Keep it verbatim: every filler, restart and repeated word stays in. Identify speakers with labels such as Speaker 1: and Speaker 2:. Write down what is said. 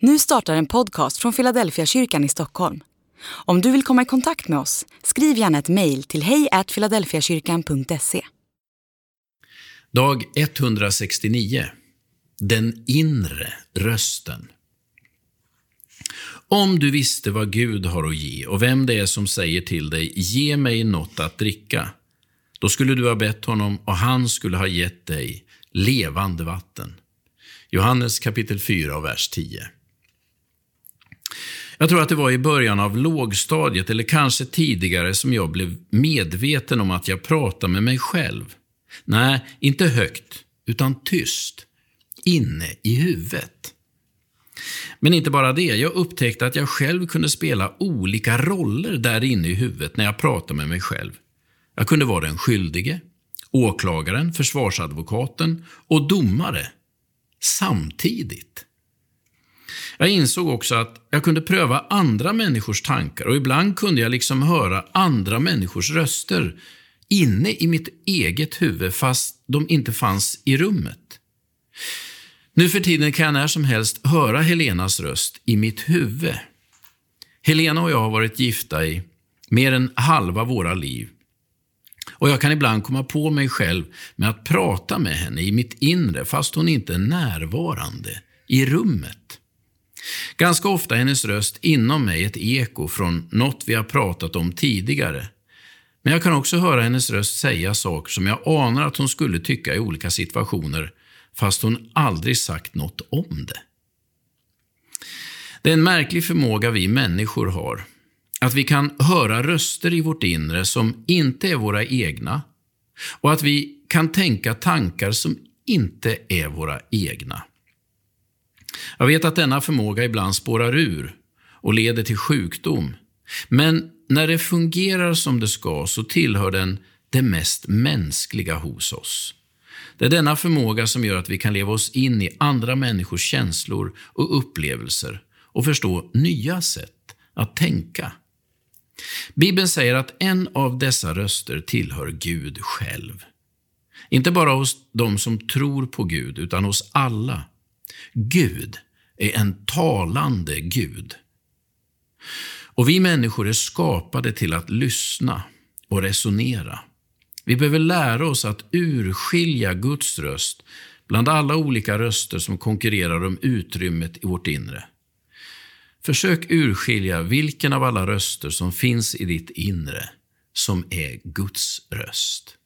Speaker 1: Nu startar en podcast från Philadelphia kyrkan i Stockholm. Om du vill komma i kontakt med oss, skriv gärna ett mejl till hej at philadelphiakyrkan punkt se.
Speaker 2: Dag etthundrasextionio. Den inre rösten. Om du visste vad Gud har att ge och vem det är som säger till dig, ge mig något att dricka, då skulle du ha bett honom och han skulle ha gett dig levande vatten. Johannes kapitel fyra och vers tio. Jag tror att det var i början av lågstadiet eller kanske tidigare som jag blev medveten om att jag pratar med mig själv. Nej, inte högt, utan tyst, inne i huvudet. Men inte bara det, jag upptäckte att jag själv kunde spela olika roller där inne i huvudet när jag pratade med mig själv. Jag kunde vara den skyldige, åklagaren, försvarsadvokaten och domare samtidigt. Jag insåg också att jag kunde pröva andra människors tankar och ibland kunde jag liksom höra andra människors röster inne i mitt eget huvud fast de inte fanns i rummet. Nu för tiden kan jag när som helst höra Helenas röst i mitt huvud. Helena och jag har varit gifta i mer än halva våra liv. Och jag kan ibland komma på mig själv med att prata med henne i mitt inre fast hon inte är närvarande i rummet. Ganska ofta är hennes röst inom mig ett eko från något vi har pratat om tidigare. Men jag kan också höra hennes röst säga saker som jag anar att hon skulle tycka i olika situationer fast hon aldrig sagt något om det. Det är en märklig förmåga vi människor har. Att vi kan höra röster i vårt inre som inte är våra egna och att vi kan tänka tankar som inte är våra egna. Jag vet att denna förmåga ibland spårar ur och leder till sjukdom, men när det fungerar som det ska så tillhör den det mest mänskliga hos oss. Det är denna förmåga som gör att vi kan leva oss in i andra människors känslor och upplevelser och förstå nya sätt att tänka. Bibeln säger att en av dessa röster tillhör Gud själv. Inte bara hos de som tror på Gud utan hos alla. Gud är en talande Gud. Och vi människor är skapade till att lyssna och resonera. Vi behöver lära oss att urskilja Guds röst bland alla olika röster som konkurrerar om utrymmet i vårt inre. Försök urskilja vilken av alla röster som finns i ditt inre som är Guds röst.